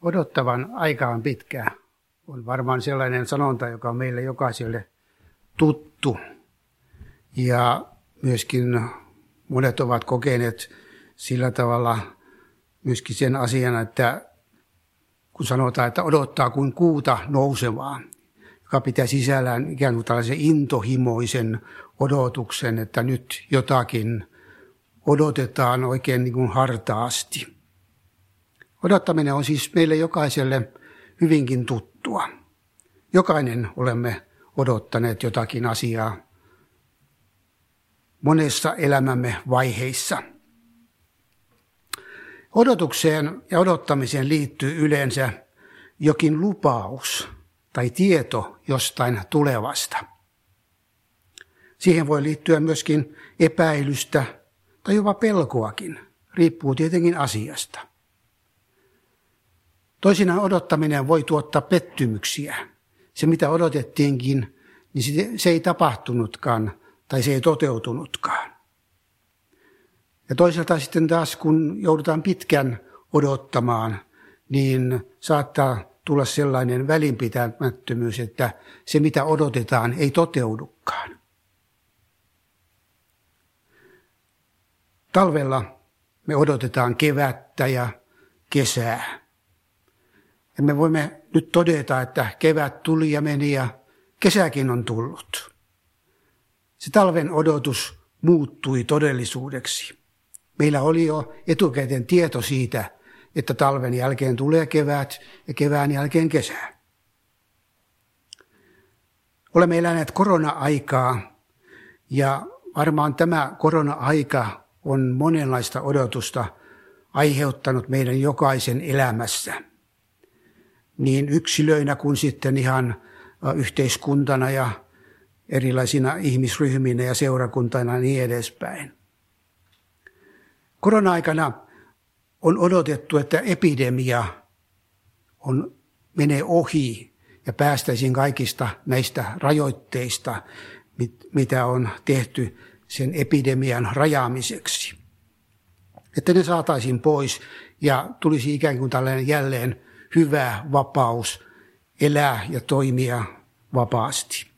Odottavan aika on pitkää. On varmaan sellainen sanonta, joka on meille jokaiselle tuttu. Ja myöskin monet ovat kokeneet sillä tavalla myöskin sen asian, että kun sanotaan, että odottaa kuin kuuta nousevaa, joka pitää sisällään ikään kuin tällaisen intohimoisen odotuksen, että nyt jotakin odotetaan oikein niin kuin hartaasti. Odottaminen on siis meille jokaiselle hyvinkin tuttua. Jokainen olemme odottaneet jotakin asiaa monessa elämämme vaiheissa. Odotukseen ja odottamiseen liittyy yleensä jokin lupaus tai tieto jostain tulevasta. Siihen voi liittyä myöskin epäilystä tai jopa pelkoakin, riippuu tietenkin asiasta. Toisinaan odottaminen voi tuottaa pettymyksiä. Se, mitä odotettiinkin, niin se ei tapahtunutkaan tai se ei toteutunutkaan. Ja toisaalta sitten taas, kun joudutaan pitkän odottamaan, niin saattaa tulla sellainen välinpitämättömyys, että se, mitä odotetaan, ei toteudukaan. Talvella me odotetaan kevättä ja kesää. Ja me voimme nyt todeta, että kevät tuli ja meni ja kesäkin on tullut. Se talven odotus muuttui todellisuudeksi. Meillä oli jo etukäteen tieto siitä, että talven jälkeen tulee kevät ja kevään jälkeen kesä. Olemme eläneet korona-aikaa ja varmaan tämä korona-aika on monenlaista odotusta aiheuttanut meidän jokaisen elämässä. Niin yksilöinä kuin sitten ihan yhteiskuntana ja erilaisina ihmisryhminä ja seurakuntana ja niin edespäin. Korona-aikana on odotettu, että epidemia menee ohi ja päästäisiin kaikista näistä rajoitteista, mitä on tehty sen epidemian rajaamiseksi. Että ne saataisiin pois ja tulisi ikään kuin tällainen jälleen hyvä vapaus elää ja toimia vapaasti.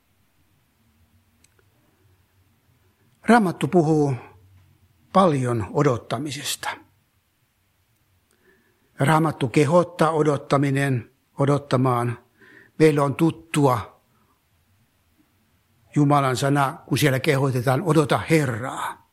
Raamattu puhuu paljon odottamisesta. Raamattu kehottaa odottamaan. Meille on tuttua Jumalan sana, kun siellä kehotetaan odota Herraa.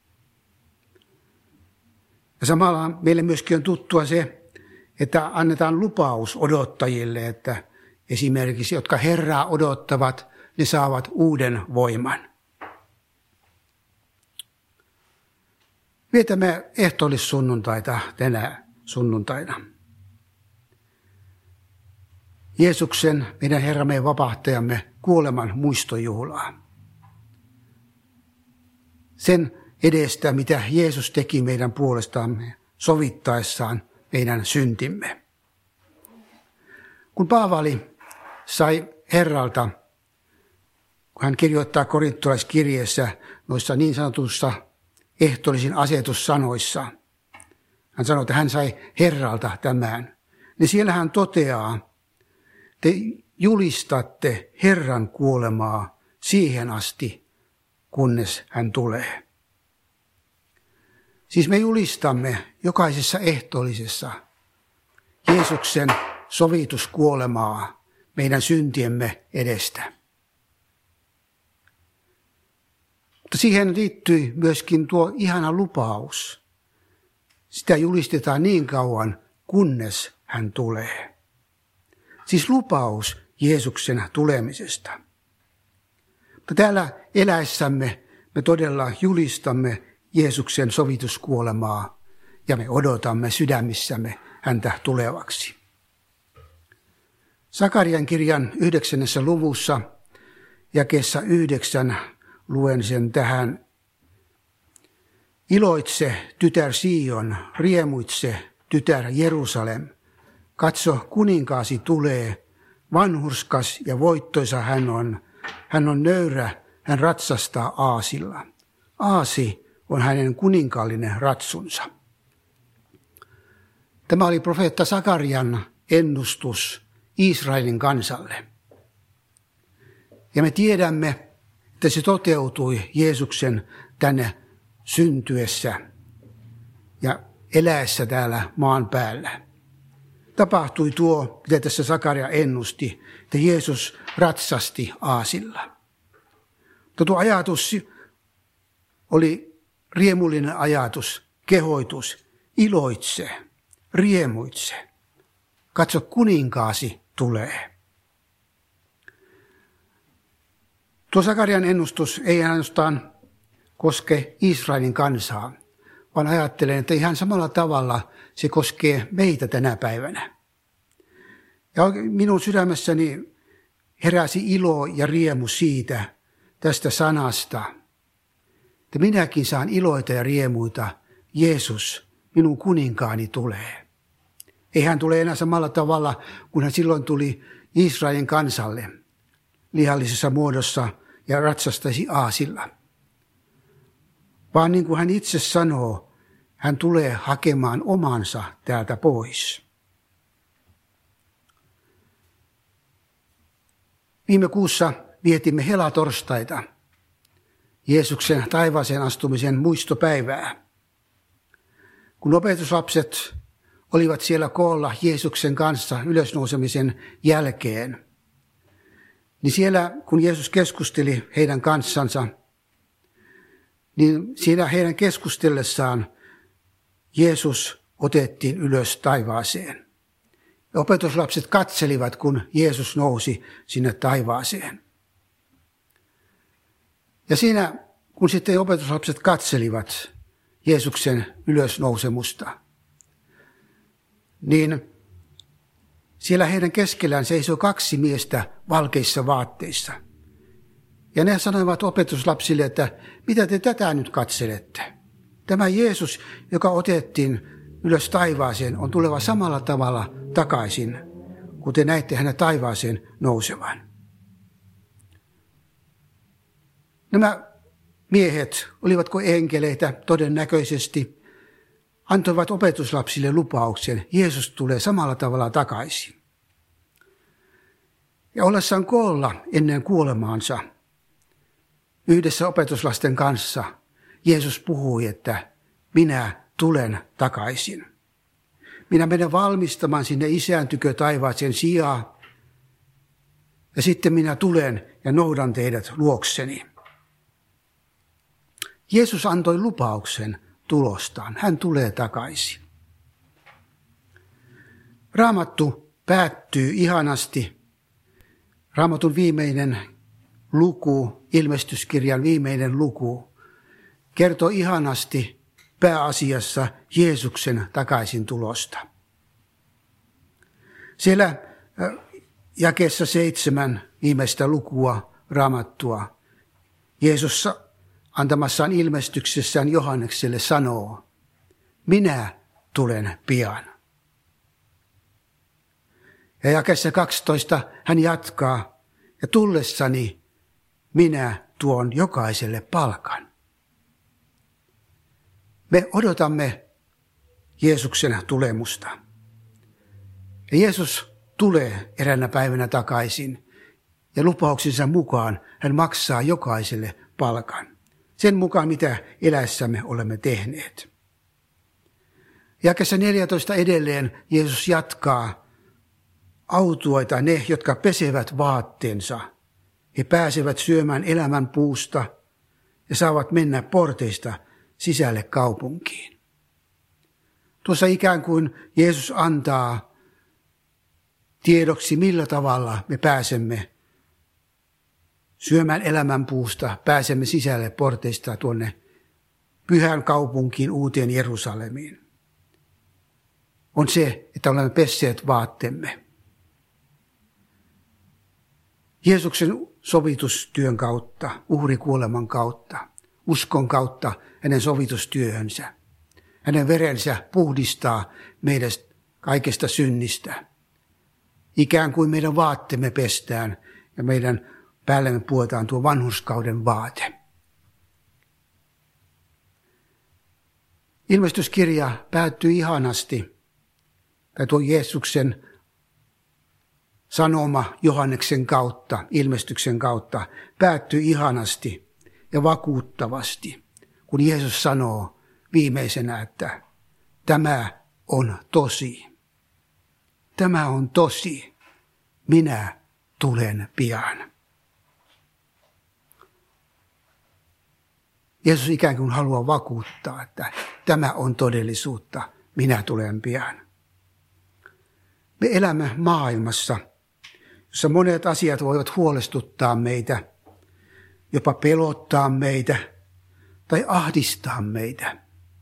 Ja samalla meille myöskin on tuttua se, että annetaan lupaus odottajille, että esimerkiksi jotka Herraa odottavat, ne saavat uuden voiman. Vietämme ehtoollissunnuntaita tänä sunnuntaina. Jeesuksen, meidän Herramme ja vapahtajamme, kuoleman muistojuhlaa. Sen edestä, mitä Jeesus teki meidän puolestamme sovittaessaan meidän syntimme. Kun Paavali sai Herralta, kun hän kirjoittaa korintolaiskirjeessä noissa niin sanotussa ehtoollisin asetussanoissa, hän sanoi, että hän sai Herralta tämän, niin siellä hän toteaa, te julistatte Herran kuolemaa siihen asti, kunnes hän tulee. Siis me julistamme jokaisessa ehtoollisessa Jeesuksen sovituskuolemaa meidän syntiemme edestä. Mutta siihen liittyy myöskin tuo ihana lupaus. Sitä julistetaan niin kauan, kunnes hän tulee. Siis lupaus Jeesuksen tulemisesta. Mutta täällä eläessämme me todella julistamme Jeesuksen sovituskuolemaa ja me odotamme sydämissämme häntä tulevaksi. Sakarian kirjan 9. luvussa jakeessa 9 luen sen tähän. Iloitse, tytär Sion, riemuitse, tytär Jerusalem. Katso, kuninkaasi tulee, vanhurskas ja voittoisa hän on. Hän on nöyrä, hän ratsastaa aasilla. Aasi on hänen kuninkaallinen ratsunsa. Tämä oli profeetta Sakarian ennustus Israelin kansalle. Ja me tiedämme, että se toteutui Jeesuksen tänne syntyessä ja eläessä täällä maan päällä. Tapahtui tuo, mitä tässä Sakaria ennusti, että Jeesus ratsasti aasilla. Mutta tuo ajatus oli riemullinen ajatus, kehoitus, iloitse, riemuitse. Katso, kuninkaasi tulee. Tuo Sakarian ennustus ei ainoastaan koske Israelin kansaa, vaan ajattelen, että ihan samalla tavalla se koskee meitä tänä päivänä. Ja minun sydämessäni heräsi ilo ja riemu siitä, tästä sanasta, että minäkin saan iloita ja riemuita, Jeesus, minun kuninkaani tulee. Ei hän tule enää samalla tavalla, kun hän silloin tuli Israelin kansalle lihallisessa muodossa ja ratsastaisi aasilla. Vaan niin kuin hän itse sanoo, hän tulee hakemaan omansa täältä pois. Viime kuussa vietimme helatorstaita, Jeesuksen taivaaseen astumisen muistopäivää. Kun opetuslapset olivat siellä koolla Jeesuksen kanssa ylösnousemisen jälkeen, niin siellä kun Jeesus keskusteli heidän kanssansa, niin siinä heidän keskustellessaan Jeesus otettiin ylös taivaaseen. Ja opetuslapset katselivat, kun Jeesus nousi sinne taivaaseen. Ja siinä, kun sitten opetuslapset katselivat Jeesuksen ylösnousemusta, niin siellä heidän keskellään seisoi 2 miestä valkeissa vaatteissa. Ja ne sanoivat opetuslapsille, että mitä te tätä nyt katselette? Tämä Jeesus, joka otettiin ylös taivaaseen, on tuleva samalla tavalla takaisin, kun te näitte hänen taivaaseen nousevan. Nämä miehet, olivatko enkeleitä todennäköisesti, antoivat opetuslapsille lupauksen, Jeesus tulee samalla tavalla takaisin. Ja ollessaan koolla ennen kuolemaansa, yhdessä opetuslasten kanssa, Jeesus puhui, että minä tulen takaisin. Minä menen valmistamaan sinne Isän tykö taivaaseen sijaa, ja sitten minä tulen ja noudan teidät luokseni. Jeesus antoi lupauksen tulostaan. Hän tulee takaisin. Raamattu päättyy ihanasti. Raamatun viimeinen luku, ilmestyskirjan viimeinen luku, kertoo ihanasti pääasiassa Jeesuksen takaisin tulosta. Siellä jakeessa 7 viimeistä lukua Raamattua Jeesus antamassaan ilmestyksessään Johannekselle sanoo, minä tulen pian. Ja jakeessa 12 hän jatkaa, ja tullessani minä tuon jokaiselle palkan. Me odotamme Jeesuksen tulemusta. Ja Jeesus tulee eräänä päivänä takaisin, ja lupauksensa mukaan hän maksaa jokaiselle palkan. Sen mukaan, mitä eläessämme olemme tehneet. Jakeessa 14 edelleen Jeesus jatkaa, autuaita ne, jotka pesevät vaatteensa. He pääsevät syömään elämän puusta ja saavat mennä porteista sisälle kaupunkiin. Tuossa ikään kuin Jeesus antaa tiedoksi, millä tavalla me pääsemme syömään elämän puusta, pääsemme sisälle porteista tuonne pyhään kaupunkiin, uuteen Jerusalemiin. On se, että olemme pesseet vaatteemme. Jeesuksen sovitustyön kautta, uhrikuoleman kautta, uskon kautta hänen sovitustyöhönsä. Hänen verensä puhdistaa meidät kaikesta synnistä. Ikään kuin meidän vaatteemme pestään ja meidän päällemme puetaan tuo vanhurskauden vaate. Ilmestyskirja päättyy ihanasti, tai tuo Jeesuksen sanoma Johanneksen kautta, ilmestyksen kautta, päättyy ihanasti ja vakuuttavasti, kun Jeesus sanoo viimeisenä, että tämä on tosi. Tämä on tosi. Minä tulen pian. Jeesus ikään kuin haluaa vakuuttaa, että tämä on todellisuutta. Minä tulen pian. Me elämme maailmassa, jossa monet asiat voivat huolestuttaa meitä, jopa pelottaa meitä tai ahdistaa meitä.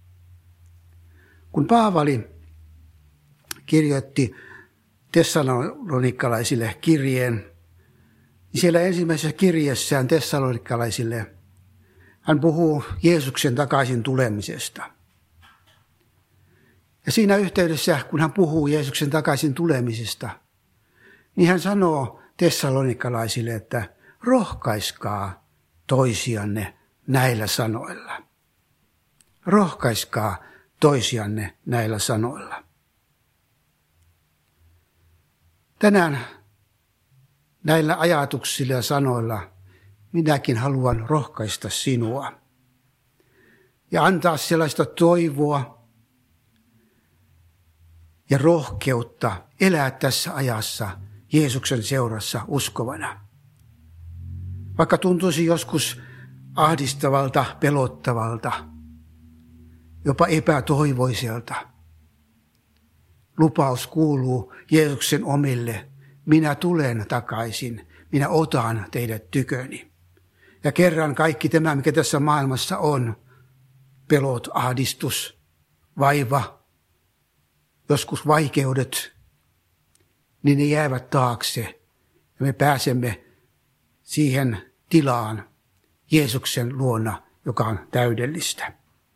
Kun Paavali kirjoitti tessalonikkalaisille kirjeen, niin siellä ensimmäisessä kirjeessään tessalonikkalaisille hän puhuu Jeesuksen takaisin tulemisesta. Ja siinä yhteydessä, kun hän puhuu Jeesuksen takaisin tulemisesta, niin hän sanoo tessalonikkalaisille, että rohkaiskaa toisianne näillä sanoilla. Rohkaiskaa toisianne näillä sanoilla. Tänään näillä ajatuksilla ja sanoilla minäkin haluan rohkaista sinua ja antaa sellaista toivoa ja rohkeutta elää tässä ajassa Jeesuksen seurassa uskovana. Vaikka tuntuisi joskus ahdistavalta, pelottavalta, jopa epätoivoiselta. Lupaus kuuluu Jeesuksen omille, minä tulen takaisin, minä otan teidät tyköni. Ja kerran kaikki tämä, mikä tässä maailmassa on, pelot, ahdistus, vaiva, joskus vaikeudet, niin ne jäävät taakse ja me pääsemme siihen tilaan Jeesuksen luona, joka on täydellistä.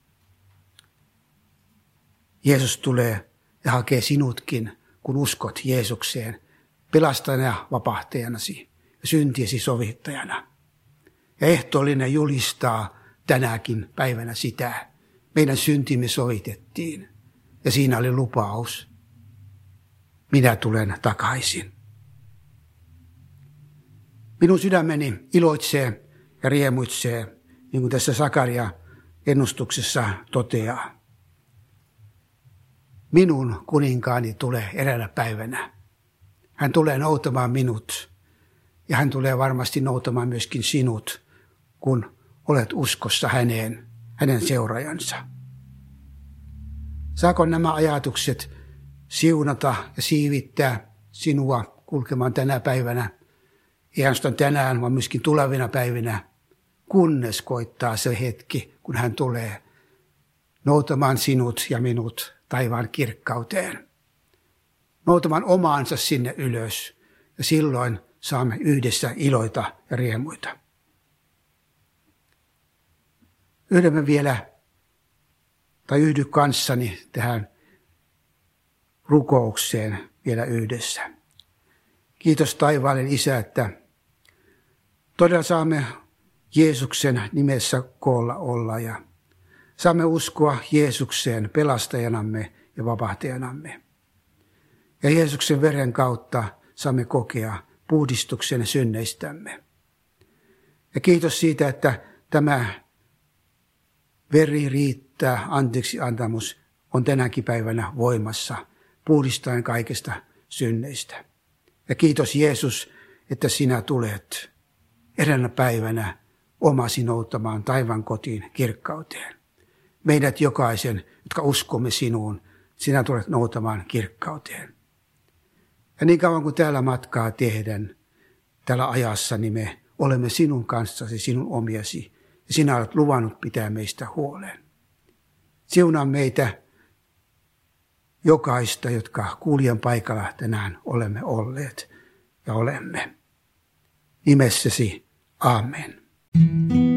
Jeesus tulee ja hakee sinutkin, kun uskot Jeesukseen, pelastajana ja vapahtajanasi ja syntiesi sovittajana. Ja ehtoollinen julistaa tänäkin päivänä sitä. Meidän syntimme sovitettiin ja siinä oli lupaus. Minä tulen takaisin. Minun sydämeni iloitsee ja riemuitsee, niin kuin tässä Sakaria ennustuksessa toteaa. Minun kuninkaani tulee eräänä päivänä. Hän tulee noutamaan minut ja hän tulee varmasti noutamaan myöskin sinut, kun olet uskossa hänen seuraajansa. Saako nämä ajatukset siunata ja siivittää sinua kulkemaan tänä päivänä, ei ainoastaan tänään, vaan myöskin tulevina päivinä, kunnes koittaa se hetki, kun hän tulee noutamaan sinut ja minut taivaan kirkkauteen. Noutamaan omaansa sinne ylös ja silloin saamme yhdessä iloita ja riemuita. Yhdymme vielä, tai yhdy kanssani tähän rukoukseen vielä yhdessä. Kiitos taivaallinen Isä, että todella saamme Jeesuksen nimessä koolla olla ja saamme uskoa Jeesukseen pelastajanamme ja vapahtajanamme. Ja Jeesuksen veren kautta saamme kokea puhdistuksen synneistämme. Ja kiitos siitä, että tämä veri riittää, anteeksi antamus on tänäkin päivänä voimassa, puhdistaen kaikesta synneistä. Ja kiitos Jeesus, että sinä tulet eräänä päivänä omasi noutamaan taivaan kotiin kirkkauteen. Meidät jokaisen, jotka uskomme sinuun, sinä tulet noutamaan kirkkauteen. Ja niin kauan kuin täällä matkaa tehdään, tällä ajassa, niin me olemme sinun kanssasi, sinun omiasi. Ja sinä olet luvannut pitää meistä huolen. Siunaa meitä jokaista, jotka kuulijan paikalla tänään olemme olleet ja olemme. Nimessäsi, amen.